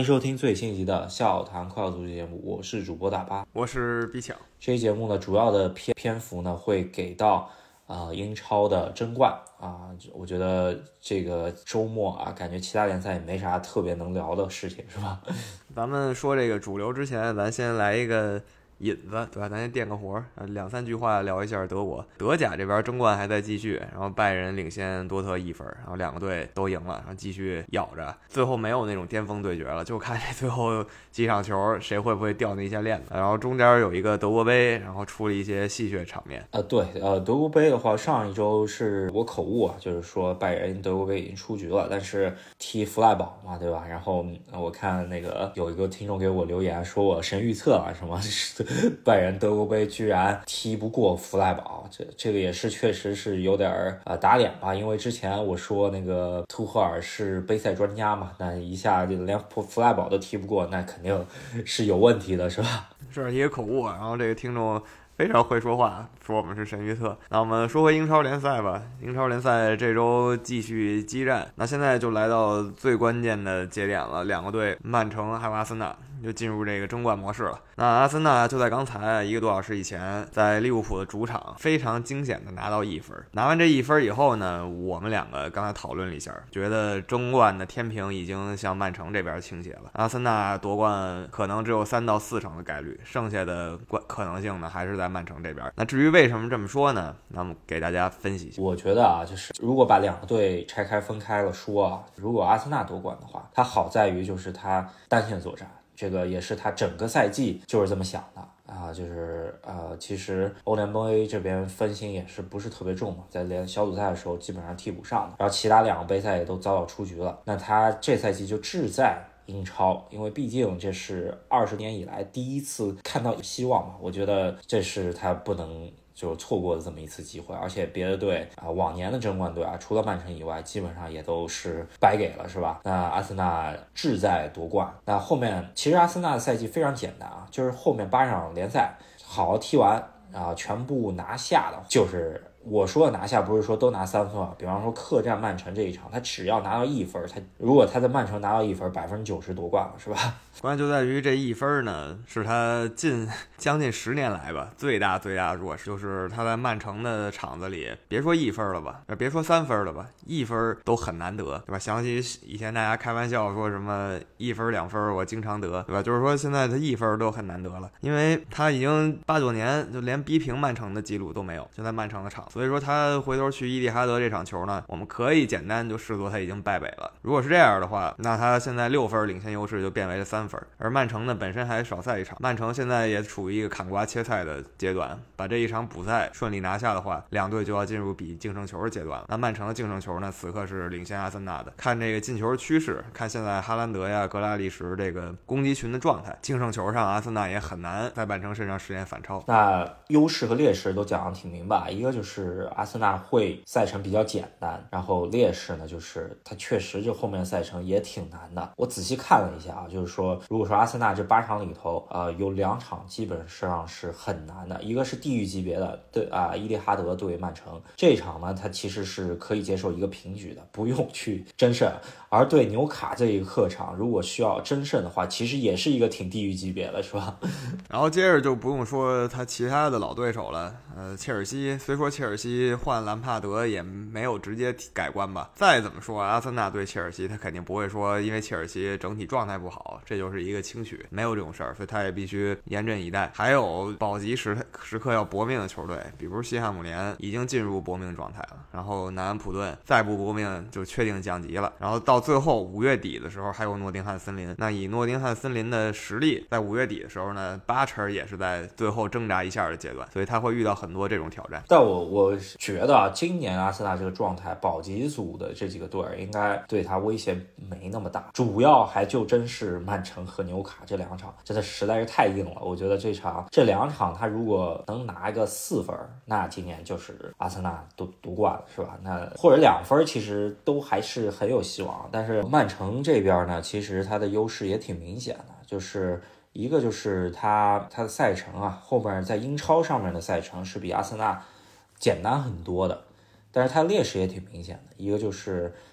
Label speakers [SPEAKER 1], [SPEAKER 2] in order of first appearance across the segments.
[SPEAKER 1] 欢迎收听最新一集的笑谈快乐足球节目，我是主播大巴，
[SPEAKER 2] 我是毕强。
[SPEAKER 1] 这期节目呢，主要的篇幅呢会给到英超的争冠啊。我觉得这个周末啊，感觉其他联赛也没啥特别能聊的事情，是吧？
[SPEAKER 2] 咱们说这个主流之前，咱先来一个引子，对吧？咱先垫个活两三句话聊一下德国。德甲这边争冠还在继续，然后拜仁领先多特1分，然后两个队都赢了，然后继续咬着。最后没有那种巅峰对决了，就看这最后几场球谁会不会掉那些链子。然后中间有一个德国杯，然后出了一些戏谑场面。
[SPEAKER 1] 对，德国杯的话，上一周是我口误啊，就是说拜仁德国杯已经出局了，但是踢弗赖堡嘛，对吧？然后我看那个有一个听众给我留言说我神预测啊，什么拜仁德国杯居然踢不过弗赖堡，这个也是确实是有点打脸吧，因为之前我说那个图赫尔是杯赛专家嘛，那一下就连弗赖堡都踢不过，那肯定是有问题的，是吧？
[SPEAKER 2] 是一个口误啊，然后这个听众非常会说话，说我们是神预测。那我们说回英超联赛吧。英超联赛这周继续激战，那现在就来到最关键的节点了，两个队曼城还有阿森纳就进入这个争冠模式了。那阿森纳就在刚才1个多小时以前，在利物浦的主场非常惊险的拿到1分。拿完这1分以后呢，我们两个刚才讨论了一下，觉得争冠的天平已经向曼城这边倾斜了。阿森纳夺冠可能只有3到4成的概率，剩下的可能性呢还是在曼城这边。那至于为什么这么说呢？那么给大家分析一下。
[SPEAKER 1] 我觉得啊，就是如果把两个队拆开分开了说啊，如果阿森纳夺冠的话，它好在于就是它单线作战，这个也是他整个赛季就是这么想的啊，就是其实欧联杯这边分心也是不是特别重嘛，在连小组赛的时候基本上替补上的，然后其他2个杯赛也都早早出局了，那他这赛季就志在英超，因为毕竟这是20年以来第一次看到有希望嘛，我觉得这是他不能就错过了这么一次机会，而且别的队往年的争冠队除了曼城以外，基本上也都是白给了，是吧？那阿森纳志在夺冠，那后面其实阿森纳的赛季非常简单啊，就是后面8场联赛好好踢完全部拿下的，就是我说的拿下不是说都拿3分啊，比方说客战曼城这一场，他只要拿到1分，如果他在曼城拿到1分，90%夺冠了，是吧？
[SPEAKER 2] 关键就在于这1分呢，是他将近10年来吧最大的弱势，就是他在曼城的场子里，别说1分了吧，别说3分了吧，1分都很难得，对吧？想起以前大家开玩笑说什么1分2分我经常得，对吧？就是说现在他1分都很难得了，因为他已经8、9年就连逼平曼城的记录都没有，就在曼城的场，所以说他回头去伊蒂哈德这场球呢，我们可以简单就视作他已经败北了。如果是这样的话，那他现在6分领先优势就变为了3分。而曼城呢本身还少赛1场，曼城现在也处于一个砍瓜切菜的阶段，把这一场补赛顺利拿下的话，两队就要进入比净胜球的阶段了。那曼城的净胜球呢，此刻是领先阿森纳的。看这个进球趋势，看现在哈兰德呀、格拉利什这个攻击群的状态，净胜球上阿森纳也很难在曼城身上实现反超。
[SPEAKER 1] 那优势和劣势都讲得挺明白，一个就是阿森纳会赛程比较简单，然后劣势呢就是它确实就后面赛程也挺难的。我仔细看了一下啊，就是说如果说阿森纳这8场里头有2场基本上是很难的，一个是地狱级别的对伊蒂哈德对曼城，这一场呢它其实是可以接受一个平局的，不用去争胜，而对纽卡这一个客场如果需要争胜的话，其实也是一个挺地狱级别的，是吧？
[SPEAKER 2] 然后接着就不用说他其他的老对手了，切尔西虽说切尔西换兰帕德也没有直接改观吧，再怎么说阿森纳对切尔西他肯定不会说因为切尔西整体状态不好这就是一个轻取，没有这种事儿，所以他也必须严阵以待。还有保级时刻要搏命的球队，比如西汉姆联已经进入搏命状态了，然后南安普顿再不搏命就确定降级了，然后到最后5月底的时候还有诺丁汉森林，那以诺丁汉森林的实力在5月底的时候呢8成也是在最后挣扎一下的阶段，所以他会遇到很多这种挑战。
[SPEAKER 1] 但我觉得今年阿森纳这个状态，保级组的这几个队应该对他威胁没那么大，主要还就真是曼城和纽卡这2场，真的实在是太硬了。我觉得这2场他如果能拿一个4分，那今年就是阿森纳都夺冠了，是吧？那或者2分其实都还是很有希望。但是曼城这边呢，其实他的优势也挺明显的，就是一个就是他的赛程后面在英超上面的赛程是比阿森纳简单很多的，但是他劣势也挺明显的，一个就是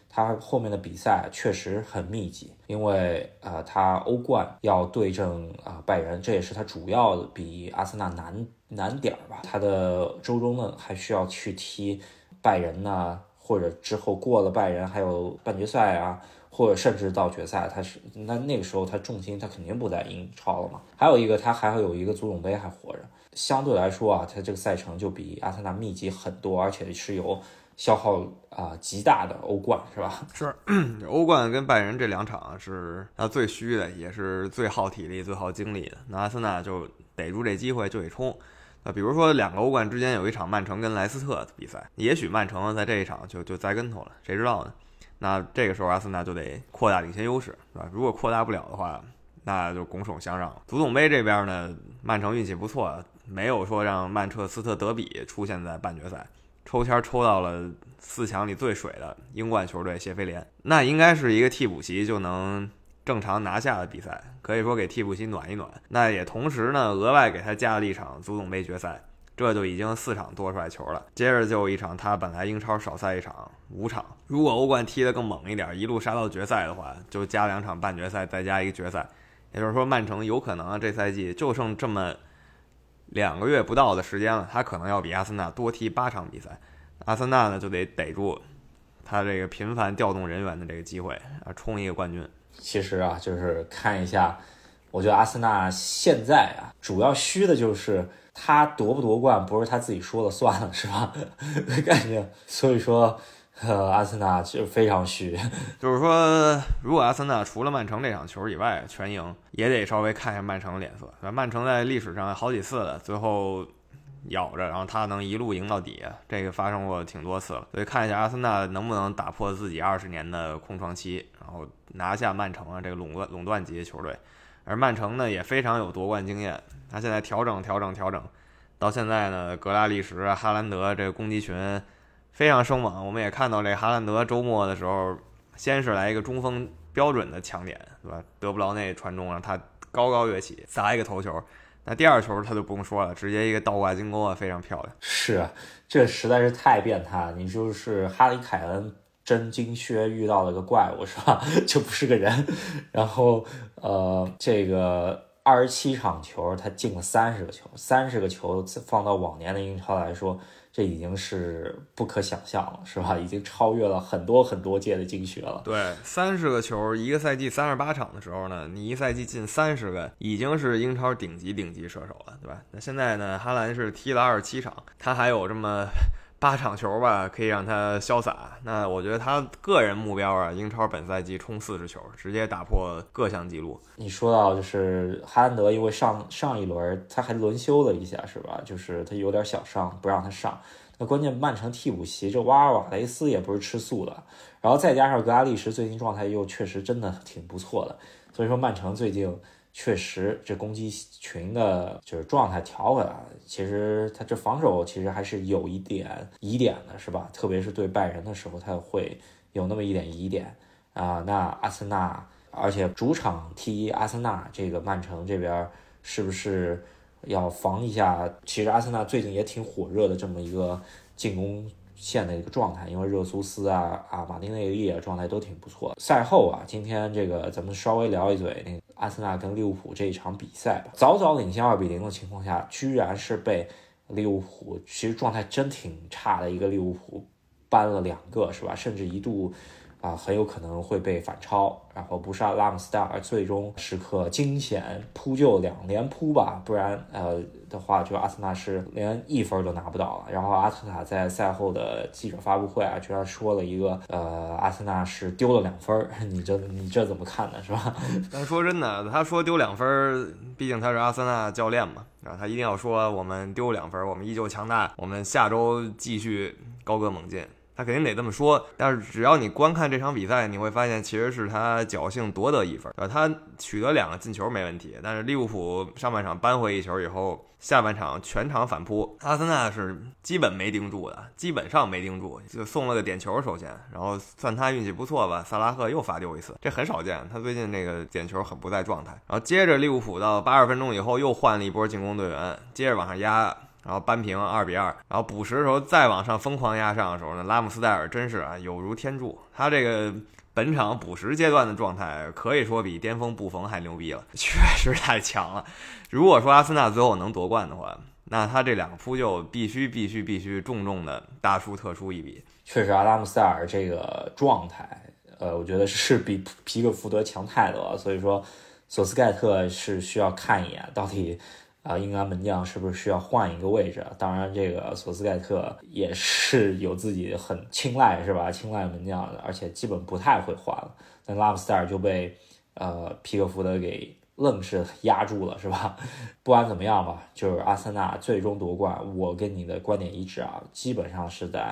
[SPEAKER 1] 他后面的比赛确实很密集，因为他欧冠要对阵拜仁，这也是他主要比阿森纳难点吧。他的周中呢还需要去踢拜仁呢，或者之后过了拜仁还有半决赛啊，或者甚至到决赛，那个时候他重心他肯定不在英超了嘛。还有一个他还会有一个足总杯还活着，相对来说他这个赛程就比阿森纳密集很多，而且是有消耗极大的欧冠，是吧？
[SPEAKER 2] 是欧冠跟拜仁这2场是他最虚的，也是最耗体力最耗精力的。那阿森纳就逮住这机会就得冲。比如说2个欧冠之间有一场曼城跟莱斯特的比赛，也许曼城在这一场就栽跟头了，谁知道呢？那这个时候阿森纳就得扩大领先优势，是吧？如果扩大不了的话，那就拱手相让了。足总杯这边呢，曼城运气不错，没有说让曼彻斯特德比出现在半决赛，抽签抽到了4强里最水的英冠球队谢菲联，那应该是一个替补席就能正常拿下的比赛，可以说给替补席暖一暖。那也同时呢，额外给他加了一场足总杯决赛，这就已经4场多出来球了。接着就一场他本来英超少赛一场，5场。如果欧冠踢得更猛一点，一路杀到决赛的话，就加2场半决赛，再加一个决赛。也就是说，曼城有可能这赛季就剩这么2个月不到的时间了，他可能要比阿森纳多踢8场比赛。阿森纳呢就得逮住他这个频繁调动人员的这个机会冲一个冠军。
[SPEAKER 1] 其实就是看一下，我觉得阿森纳现在主要虚的就是他夺不夺冠不是他自己说了算了，是吧？感觉所以说阿森纳就非常虚。
[SPEAKER 2] 就是说，如果阿森纳除了曼城这场球以外全赢，也得稍微看一下曼城的脸色。曼城在历史上好几次了，最后咬着，然后他能一路赢到底，这个发生过挺多次了。所以看一下阿森纳能不能打破自己20年的空窗期，然后拿下曼城这个垄断级的球队。而曼城呢也非常有夺冠经验，他现在调整，到现在呢，格拉利什、哈兰德这个攻击群非常生猛。我们也看到这哈兰德周末的时候，先是来一个中锋标准的抢点，对吧？德布劳内传中让他高高跃起，砸一个头球。那第2球他就不用说了，直接一个倒挂金钩非常漂亮。
[SPEAKER 1] 是这实在是太变态了。你就是哈里凯恩真金靴遇到了个怪物，是吧？就不是个人。然后这个27场球他进了30个球，30个球放到往年的英超来说，这已经是不可想象了，是吧？已经超越了很多届的金靴了。
[SPEAKER 2] 对，30个球，一个赛季38场的时候呢，你一赛季进30个，已经是英超顶级射手了，对吧？那现在呢，哈兰是踢了27场，他还有这么8场球吧，可以让他潇洒。那我觉得他个人目标英超本赛季冲40球，直接打破各项纪录。
[SPEAKER 1] 你说到就是哈兰德，因为上一轮他还轮休了一下，是吧？就是他有点小伤，不让他上。那关键曼城替补席这瓦尔瓦雷斯也不是吃素的，然后再加上格拉利什最近状态又确实真的挺不错的，所以说曼城最近确实这攻击群的就是状态调回来了。其实他这防守其实还是有一点疑点的，是吧？特别是对拜仁的时候，他会有那么一点疑点那阿森纳，而且主场踢阿森纳，这个曼城这边是不是要防一下？其实阿森纳最近也挺火热的这么一个进攻线的一个状态，因为热苏斯马丁内利状态都挺不错的。赛后今天这个咱们稍微聊一嘴那个阿森纳跟利物浦这一场比赛吧。早领先2-0的情况下，居然是被利物浦其实状态真挺差的一个利物浦扳了2个，是吧？甚至一度很有可能会被反超，然后布沙拉姆斯达尔最终时刻惊险扑救2连扑吧，不然的话就阿森纳是连1分都拿不到了。然后阿特塔在赛后的记者发布会居然说了一个阿森纳是丢了2分，你这怎么看呢，是吧？
[SPEAKER 2] 但说真的，他说丢2分，毕竟他是阿森纳教练嘛，然后他一定要说我们丢2分，我们依旧强大，我们下周继续高歌猛进。他肯定得这么说，但是只要你观看这场比赛，你会发现其实是他侥幸夺得1分，他取得2个进球没问题，但是利物浦上半场扳回1球以后，下半场全场反扑，阿森纳是基本上没盯住，就送了个点球首先，然后算他运气不错吧，萨拉赫又罚丢1次，这很少见，他最近这个点球很不在状态。然后接着利物浦到80分钟以后又换了一波进攻队员，接着往上压。 然后扳平2-2，然后补时的时候再往上疯狂压上的时候呢，拉姆斯戴尔真是有如天助，他这个本场补时阶段的状态可以说比巅峰布冯还牛逼了，确实太强了。如果说阿森纳最后能夺冠的话，那他这2个扑救必须重重的大输特输一笔。
[SPEAKER 1] 确实，阿拉姆斯戴尔这个状态，我觉得是比皮克福德强太多了。所以说，索斯盖特是需要看一眼到底英格兰门将是不是需要换一个位置。当然，这个索斯盖特也是有自己很青睐是吧？青睐门将的，而且基本不太会换了。但拉姆斯戴尔就被皮克福德给愣是压住了是吧？不管怎么样吧，就是阿森纳最终夺冠，我跟你的观点一致基本上是在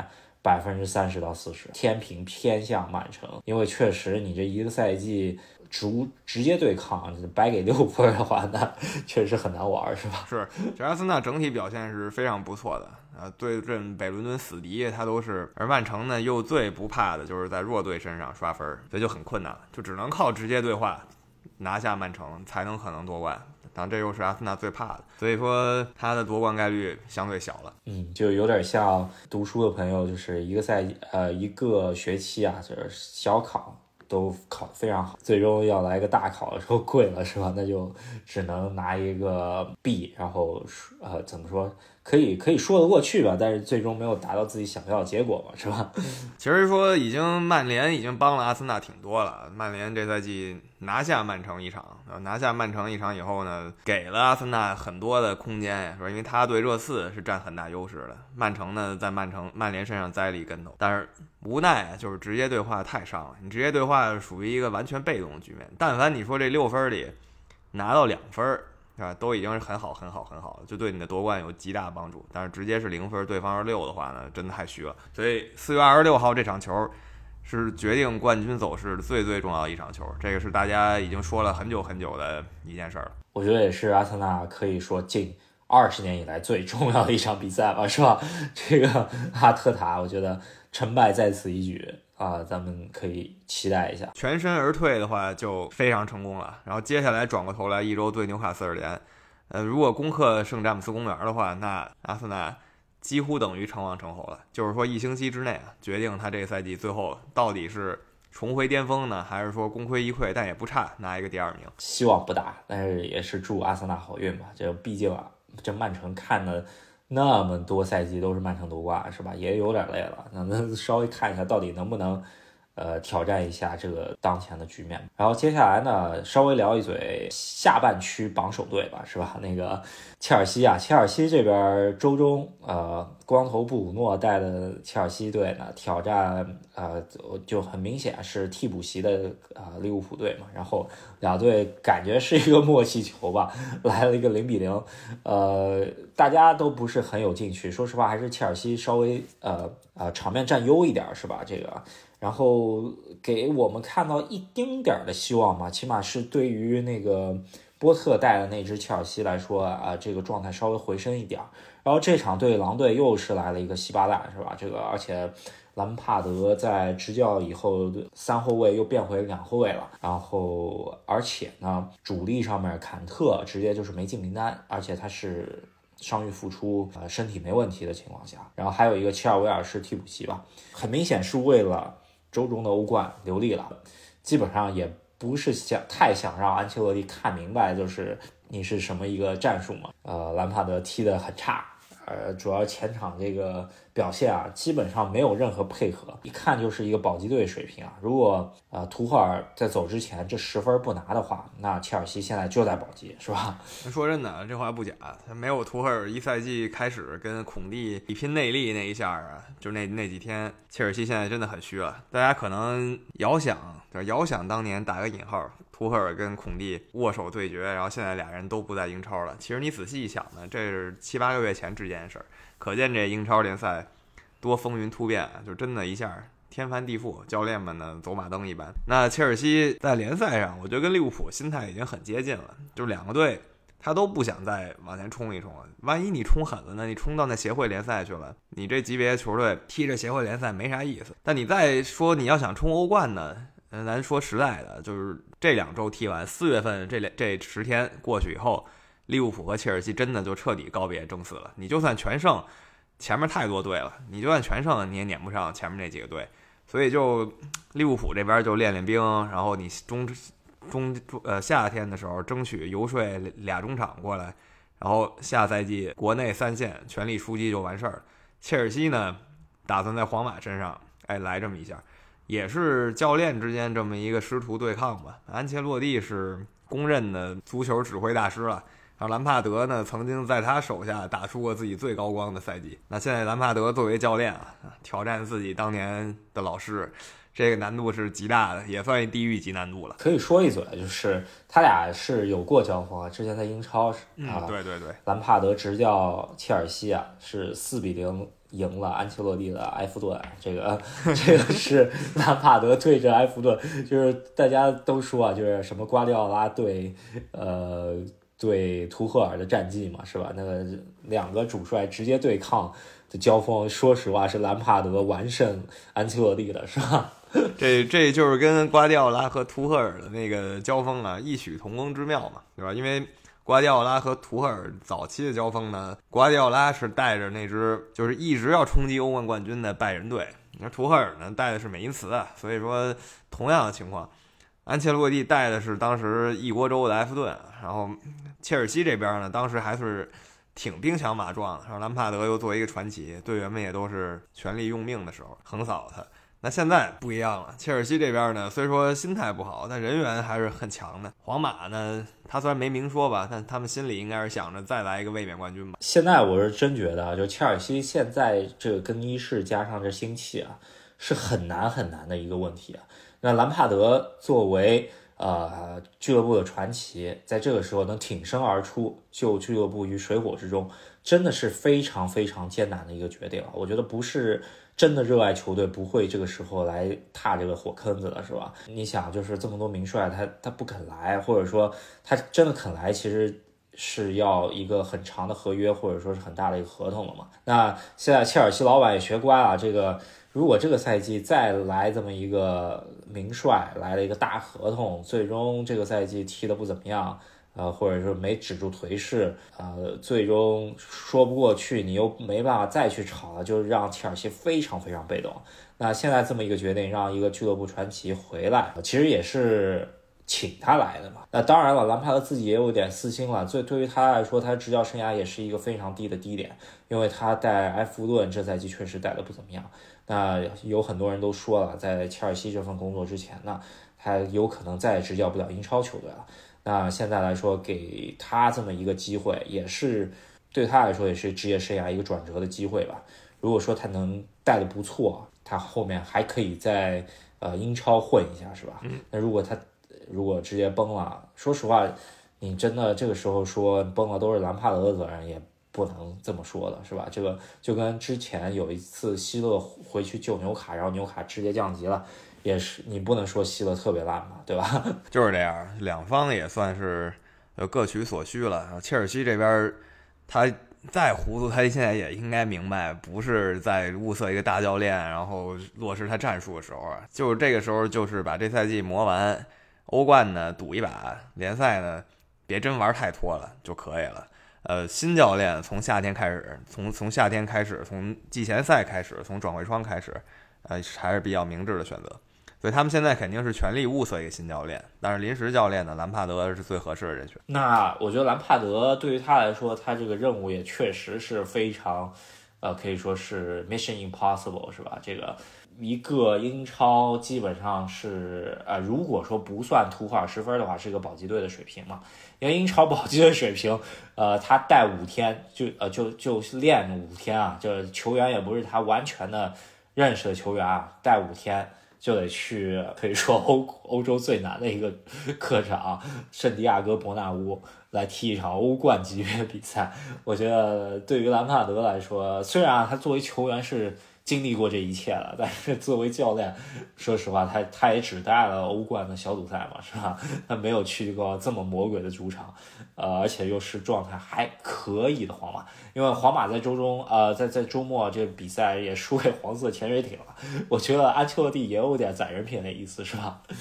[SPEAKER 1] 30%到40%，天平偏向曼城，因为确实你这一个赛季直接对抗白给6分的话，那确实很难玩是吧？
[SPEAKER 2] 是，这阿森纳整体表现是非常不错的对阵北伦敦死敌他都是，而曼城呢又最不怕的就是在弱队身上刷分，所以就很困难了，就只能靠直接对话拿下曼城才能可能夺冠。当然这又是阿森纳最怕的，所以说他的夺冠概率相对小了。
[SPEAKER 1] 就有点像读书的朋友，就是一个学期就是小考都考得非常好，最终要来个大考的时候跪了是吧？那就只能拿一个 B， 然后怎么说可以说得过去吧，但是最终没有达到自己想要的结果嘛，是吧？
[SPEAKER 2] 其实说曼联已经帮了阿森纳挺多了，曼联这赛季拿下曼城一场以后呢，给了阿森纳很多的空间，说因为他对热刺是占很大优势的，曼城呢在曼联身上栽了一跟头，但是无奈就是直接对话太伤了，你直接对话属于一个完全被动的局面，但凡你说这6分里拿到2分都已经是很好了，就对你的夺冠有极大帮助。但是直接是0分，对方是6的话呢，真的太虚了。所以4月26号这场球是决定冠军走势最重要的一场球，这个是大家已经说了很久的一件事了。
[SPEAKER 1] 我觉得也是阿森纳可以说近20年以来最重要的一场比赛吧，是吧？这个阿特塔，我觉得成败在此一举咱们可以期待一下。
[SPEAKER 2] 全身而退的话就非常成功了，然后接下来转过头来一周对纽卡斯尔联，如果攻克圣詹姆斯公园的话，那阿森纳几乎等于成王成后了。就是说1星期之内决定他这个赛季最后到底是重回巅峰呢，还是说功亏一篑，但也不差拿一个第2名。
[SPEAKER 1] 希望不大，但是也是祝阿森纳好运吧。这毕竟这曼城看了那么多赛季都是曼城夺冠是吧？也有点累了，那稍微看一下到底能不能挑战一下这个当前的局面。然后接下来呢，稍微聊一嘴下半区榜首队吧，是吧？那个切尔西这边周中光头布鲁诺带的切尔西队呢挑战就很明显是替补席的利物浦队嘛，然后两队感觉是一个默契球吧，来了一个0-0，大家都不是很有进取，说实话还是切尔西稍微场面占优一点是吧？这个。然后给我们看到一丁点的希望嘛，起码是对于那个波特带的那支切尔西来说这个状态稍微回升一点。然后这场对狼队又是来了一个稀巴烂是吧？这个而且兰帕德在执教以后3后卫又变回2后卫了，然后而且呢主力上面坎特直接就是没进名单，而且他是伤愈复出身体没问题的情况下，然后还有一个切尔维尔是替补席吧，很明显是为了周中的欧冠留力了，基本上也不是太想让安切洛蒂看明白就是你是什么一个战术嘛。兰帕德踢得很差，主要前场这个表现基本上没有任何配合，一看就是一个保级队水平如果图赫尔在走之前这10分不拿的话，那切尔西现在就在保级是吧？
[SPEAKER 2] 说真的，这话不假，他没有图赫尔一赛季开始跟孔蒂比拼内力那一下就那几天，切尔西现在真的很虚了。大家可能遥想当年打个引号，图赫尔跟孔蒂握手对决，然后现在俩人都不在英超了。其实你仔细一想呢，这是7-8个月前之间的事儿，可见这英超联赛多风云突变，就真的一下天翻地覆，教练们呢走马灯一般。那切尔西在联赛上，我觉得跟利物浦心态已经很接近了，就两个队他都不想再往前冲一冲了。万一你冲狠了呢？你冲到那协会联赛去了，你这级别的球队踢着协会联赛没啥意思。但你再说你要想冲欧冠呢，咱说实在的，就是这2周踢完，4月份这10天过去以后， 利物浦和切尔西真的就彻底告别争四了。你就算全胜，前面太多队了，你就算全胜你也撵不上前面那几个队，所以就利物浦这边就练兵，然后你夏天的时候争取游说俩中场过来，然后下赛季国内3线全力出击就完事儿。切尔西呢，打算在皇马身上来这么一下，也是教练之间这么一个师徒对抗吧。安切洛蒂是公认的足球指挥大师了，然后兰帕德呢曾经在他手下打出过自己最高光的赛季。那现在兰帕德作为教练挑战自己当年的老师，这个难度是极大的，也算地狱级难度了。
[SPEAKER 1] 可以说一嘴，就是他俩是有过交锋啊。之前在英超
[SPEAKER 2] 对，
[SPEAKER 1] 兰帕德执教切尔西是4-0赢了安切洛蒂的埃弗顿。这个是兰帕德对着埃弗顿，就是大家都说就是什么瓜迪奥拉对图赫尔的战绩嘛，是吧？那个2个主帅直接对抗的交锋，说实话是兰帕德完胜安切洛蒂的，是吧？
[SPEAKER 2] 这就是跟瓜迪奥拉和图赫尔的那个交锋异曲同工之妙嘛，对吧？因为瓜迪奥拉和图赫尔早期的交锋呢，瓜迪奥拉是带着那支就是一直要冲击欧冠冠军的拜仁队，那图赫尔呢带的是美因茨所以说同样的情况，安切洛蒂带的是当时一锅粥的埃弗顿，然后切尔西这边呢当时还是挺兵强马壮的，然后兰帕德又作为一个传奇，队员们也都是全力用命的时候横扫他。那现在不一样了，切尔西这边呢，虽说心态不好，但人员还是很强的。皇马呢，他虽然没明说吧，但他们心里应该是想着再来一个卫冕冠军吧。
[SPEAKER 1] 现在我是真觉得就切尔西现在这个更衣室加上这新气是很难很难的一个问题那兰帕德作为俱乐部的传奇，在这个时候能挺身而出，救俱乐部于水火之中，真的是非常非常艰难的一个决定我觉得不是真的热爱球队不会这个时候来踏这个火坑子了，是吧？你想，就是这么多名帅，他不肯来，或者说他真的肯来，其实是要一个很长的合约，或者说是很大的一个合同了嘛。那现在切尔西老板也学乖这个如果这个赛季再来这么一个名帅，来了一个大合同，最终这个赛季踢得不怎么样。或者说没止住颓势，最终说不过去，你又没办法再去炒了，就让切尔西非常非常被动。那现在这么一个决定，让一个俱乐部传奇回来，其实也是请他来的嘛。那当然了，兰帕德自己也有点私心了，对于他来说，他执教生涯也是一个非常低的低点，因为他带埃弗顿这赛季确实带的不怎么样。那有很多人都说了，在切尔西这份工作之前呢，他有可能再也执教不了英超球队了。那现在来说，给他这么一个机会，也是对他来说也是职业生涯一个转折的机会吧。如果说他能带得不错，他后面还可以在英超混一下，是吧？那如果直接崩了，说实话，你真的这个时候说崩了都是兰帕德的责任，也不能这么说的，是吧？这个就跟之前有一次希勒回去救纽卡，然后纽卡直接降级了。也是你不能说希勒特别烂嘛，对吧？
[SPEAKER 2] 就是这样，两方也算是各取所需了。切尔西这边他再糊涂，他现在也应该明白，不是在物色一个大教练，然后落实他战术的时候就是这个时候，就是把这赛季磨完，欧冠呢赌一把，联赛呢别真玩太拖了就可以了。新教练从夏天开始，从夏天开始，从季前赛开始，从转会窗开始，还是比较明智的选择。所以他们现在肯定是全力物色一个新教练，但是临时教练呢，兰帕德是最合适的人选。
[SPEAKER 1] 那我觉得兰帕德对于他来说，他这个任务也确实是非常，可以说是 mission impossible， 是吧？这个一个英超基本上是如果说不算图赫尔10分的话，是一个保级队的水平嘛。因为英超保级队水平，他带5天就练5天就球员也不是他完全的认识的球员带5天。就得去可以说欧洲最难的一个客场圣地亚哥伯纳乌来踢一场欧冠级别比赛。我觉得对于兰帕德来说，虽然他作为球员是经历过这一切了，但是作为教练，说实话他也只带了欧冠的小组赛嘛，是吧？他没有去过这么魔鬼的主场，而且又是状态还可以的皇马。因为皇马在在周末这比赛也输给黄色潜水艇了，我觉得安切洛蒂也有点宰人品的意思，是吧？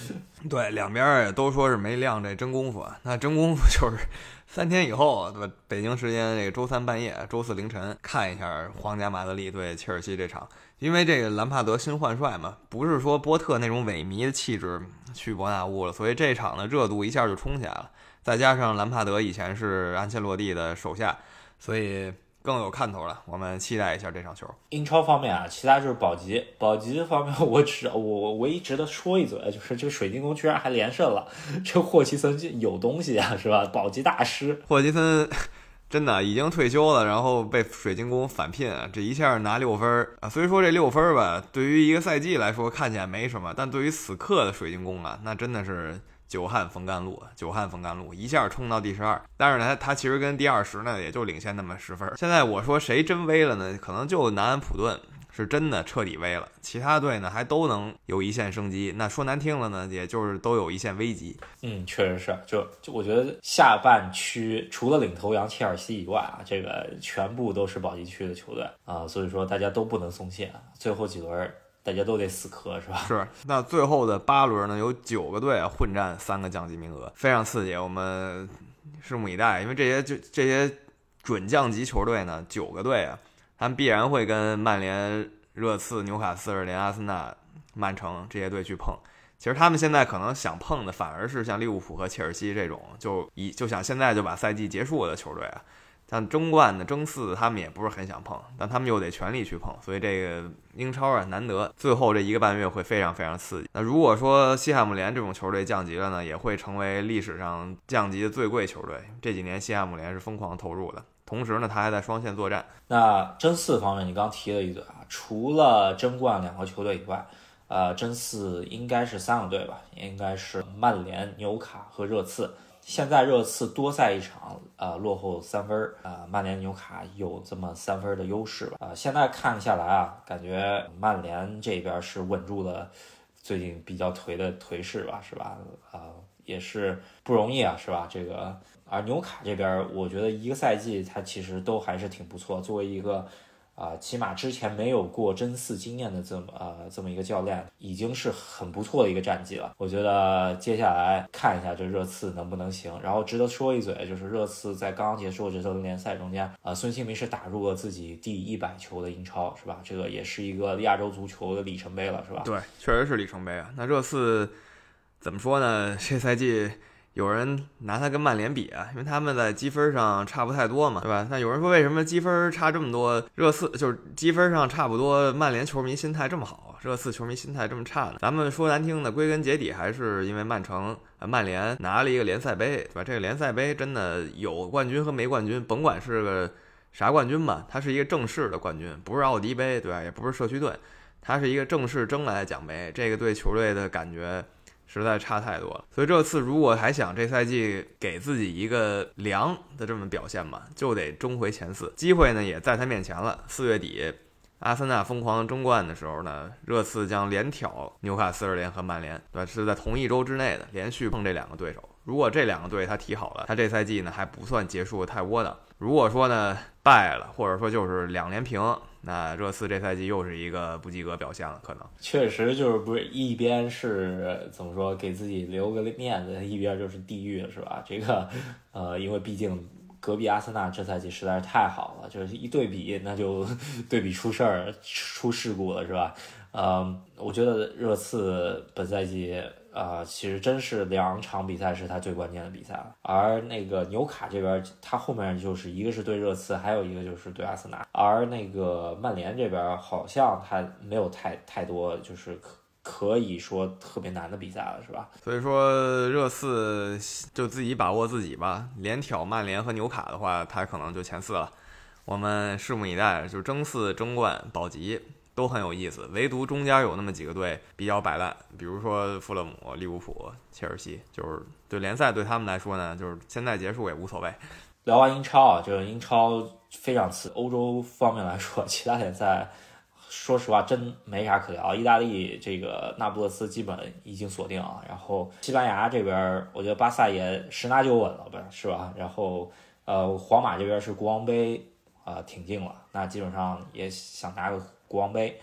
[SPEAKER 2] 对，两边也都说是没亮这真功夫啊。那真功夫就是3天以后，对吧？北京时间这个周3半夜、周4凌晨看一下皇家马德里对切尔西这场。因为这个兰帕德新换帅嘛，不是说波特那种萎靡的气质去伯纳乌了，所以这场的热度一下就冲起来了。再加上兰帕德以前是安切洛蒂的手下，所以更有看头了。我们期待一下这场球。
[SPEAKER 1] 英超方面啊，其他就是保级。保级方面我唯一值得说一嘴，就是这个水晶宫居然还连胜了，这霍奇森有东西啊，是吧？保级大师
[SPEAKER 2] 霍奇森真的已经退休了，然后被水晶宫返聘，这一下拿6分啊！虽说这6分吧，对于一个赛季来说看起来没什么，但对于此刻的水晶宫啊，那真的是久旱逢甘露，一下冲到第12。但是呢，他其实跟第20呢，也就领先那么10分。现在我说谁真危了呢？可能就南安普顿是真的彻底危了，其他队呢还都能有一线生机。那说难听了呢，也就是都有一线危机。
[SPEAKER 1] 确实是，就我觉得下半区除了领头羊切尔西以外啊，这个全部都是保级区的球队啊，所以说大家都不能松懈，最后几轮大家都得死磕，是吧？
[SPEAKER 2] 是。那最后的8轮呢，有9个队混战3个降级名额，非常刺激，我们拭目以待。因为这些准降级球队呢，9个队啊，他们必然会跟曼联、热刺、纽卡斯尔联、阿森纳、曼城这些队去碰。其实他们现在可能想碰的反而是像利物浦和切尔西这种就想现在就把赛季结束的球队啊。像争冠的争4他们也不是很想碰，但他们又得全力去碰，所以这个英超啊难得最后这1个半月会非常非常刺激。那如果说西汉姆联这种球队降级了呢，也会成为历史上降级的最贵球队。这几年西汉姆联是疯狂投入的，同时呢他还在双线作战。
[SPEAKER 1] 那争4方面你刚提了一嘴啊，除了争冠2个球队以外，争4应该是3个队吧，应该是曼联、纽卡和热刺。现在热刺多赛一场，落后3分，曼联、纽卡有这么3分的优势吧。现在看下来啊，感觉曼联这边是稳住了最近比较颓的颓势吧，是吧？也是不容易啊，是吧？这个，而纽卡这边，我觉得一个赛季他其实都还是挺不错，作为一个。起码之前没有过争4经验的这么一个教练，已经是很不错的一个战绩了。我觉得接下来看一下这热刺能不能行。然后值得说一嘴，就是热刺在刚刚结束的这轮联赛中间，孙兴民是打入了自己第100球的英超，是吧？这个也是一个亚洲足球的里程碑了，是吧？
[SPEAKER 2] 对，确实是里程碑啊。那热刺怎么说呢？这赛季有人拿他跟曼联比啊，因为他们在积分上差不太多嘛，对吧？那有人说为什么积分差这么多，热刺就是积分上差不多，曼联球迷心态这么好，热刺球迷心态这么差呢？咱们说难听的，归根结底还是因为曼联拿了一个联赛杯，对吧？这个联赛杯真的有冠军和没冠军，甭管是个啥冠军吧，它是一个正式的冠军，不是奥迪杯，对吧？也不是社区盾，它是一个正式争来的奖杯，这个对球队的感觉实在差太多了。所以这次如果还想这赛季给自己一个良的这么表现嘛，就得争回前4，机会呢也在他面前了。4月底阿森纳疯狂争冠的时候呢，热刺将连挑纽卡斯尔联和曼联，对吧？是在同一周之内的连续碰这2个对手。如果这2个队他踢好了，他这赛季呢还不算结束太窝囊。如果说呢败了，或者说就是2连平，那热刺这赛季又是一个不及格表现了，可能
[SPEAKER 1] 确实就是不是一边是怎么说给自己留个面子，一边就是地狱，是吧？这个因为毕竟隔壁阿森纳这赛季实在是太好了，就是一对比那就对比出事故了，是吧？我觉得热刺本赛季其实真是2场比赛是他最关键的比赛了。而那个纽卡这边，他后面就是一个是对热刺，还有一个就是对阿森纳。而那个曼联这边好像他没有太多就是可以说特别难的比赛了，是吧？
[SPEAKER 2] 所以说热刺就自己把握自己吧，连挑曼联和纽卡的话，他可能就前4了。我们拭目以待，就争4、争冠、保级都很有意思，唯独中间有那么几个队比较摆烂，比如说富勒姆、利物浦、切尔西，就是对联赛对他们来说呢，就是现在结束也无所谓。
[SPEAKER 1] 聊完英超啊，这个英超非常次，欧洲方面来说，其他联赛说实话真没啥可聊。意大利这个那不勒斯基本已经锁定了，然后西班牙这边我觉得巴萨也十拿九稳了呗，是吧？然后皇马这边是国王杯挺进了，那基本上也想拿个国王杯。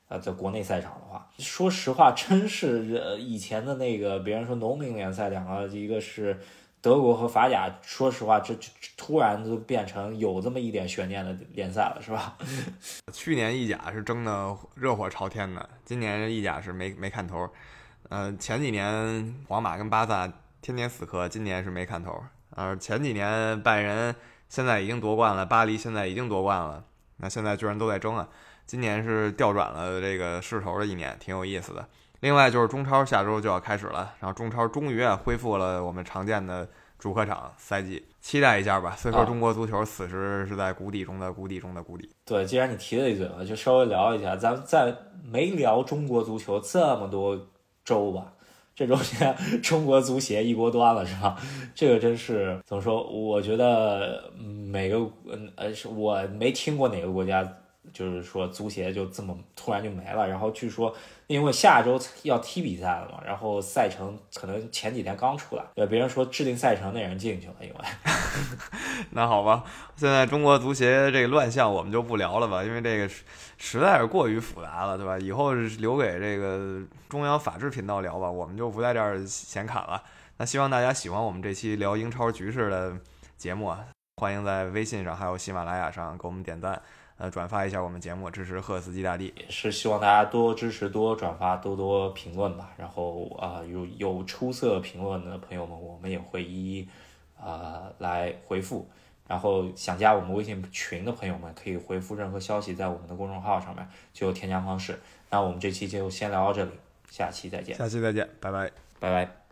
[SPEAKER 1] 在国内赛场的话，说实话，真是以前的那个，别人说农民联赛两个，一个是德国和法甲，说实话，这突然就变成有这么一点悬念的联赛了，是吧？
[SPEAKER 2] 去年意甲是争得热火朝天的，今年意甲是没看头。前几年皇马跟巴萨天天死磕，今年是没看头。前几年拜仁现在已经夺冠了，巴黎现在已经夺冠了，那现在居然都在争啊！今年是调转了这个势头的一年，挺有意思的。另外就是中超下周就要开始了，然后中超终于恢复了我们常见的主客场赛季，期待一下吧。虽说中国足球此时是在谷底中的谷底中的谷底。
[SPEAKER 1] 对，既然你提了一嘴嘛，就稍微聊一下。咱们在没聊中国足球这么多周吧，这周现在中国足协一锅端了，是吧？这个真是怎么说？我觉得每个我没听过哪个国家就是说足协就这么突然就没了。然后据说因为下周要踢比赛了嘛，然后赛程可能前几天刚出来，对，别人说制定赛程那人进去了，因为
[SPEAKER 2] 那好吧，现在中国足协这个乱象我们就不聊了吧，因为这个实在是过于复杂了，对吧？以后留给这个中央法制频道聊吧，我们就不在这儿闲侃了。那希望大家喜欢我们这期聊英超局势的节目啊，欢迎在微信上还有喜马拉雅上给我们点赞，转发一下我们节目，支持赫斯基大帝。
[SPEAKER 1] 也是希望大家多支持、多转发、多评论吧。然后有出色评论的朋友们，我们也会一一来回复。然后想加我们微信群的朋友们，可以回复任何消息在我们的公众号上面就有添加方式。那我们这期就先聊到这里，下期再见。
[SPEAKER 2] 下期再见，拜拜，
[SPEAKER 1] 拜拜。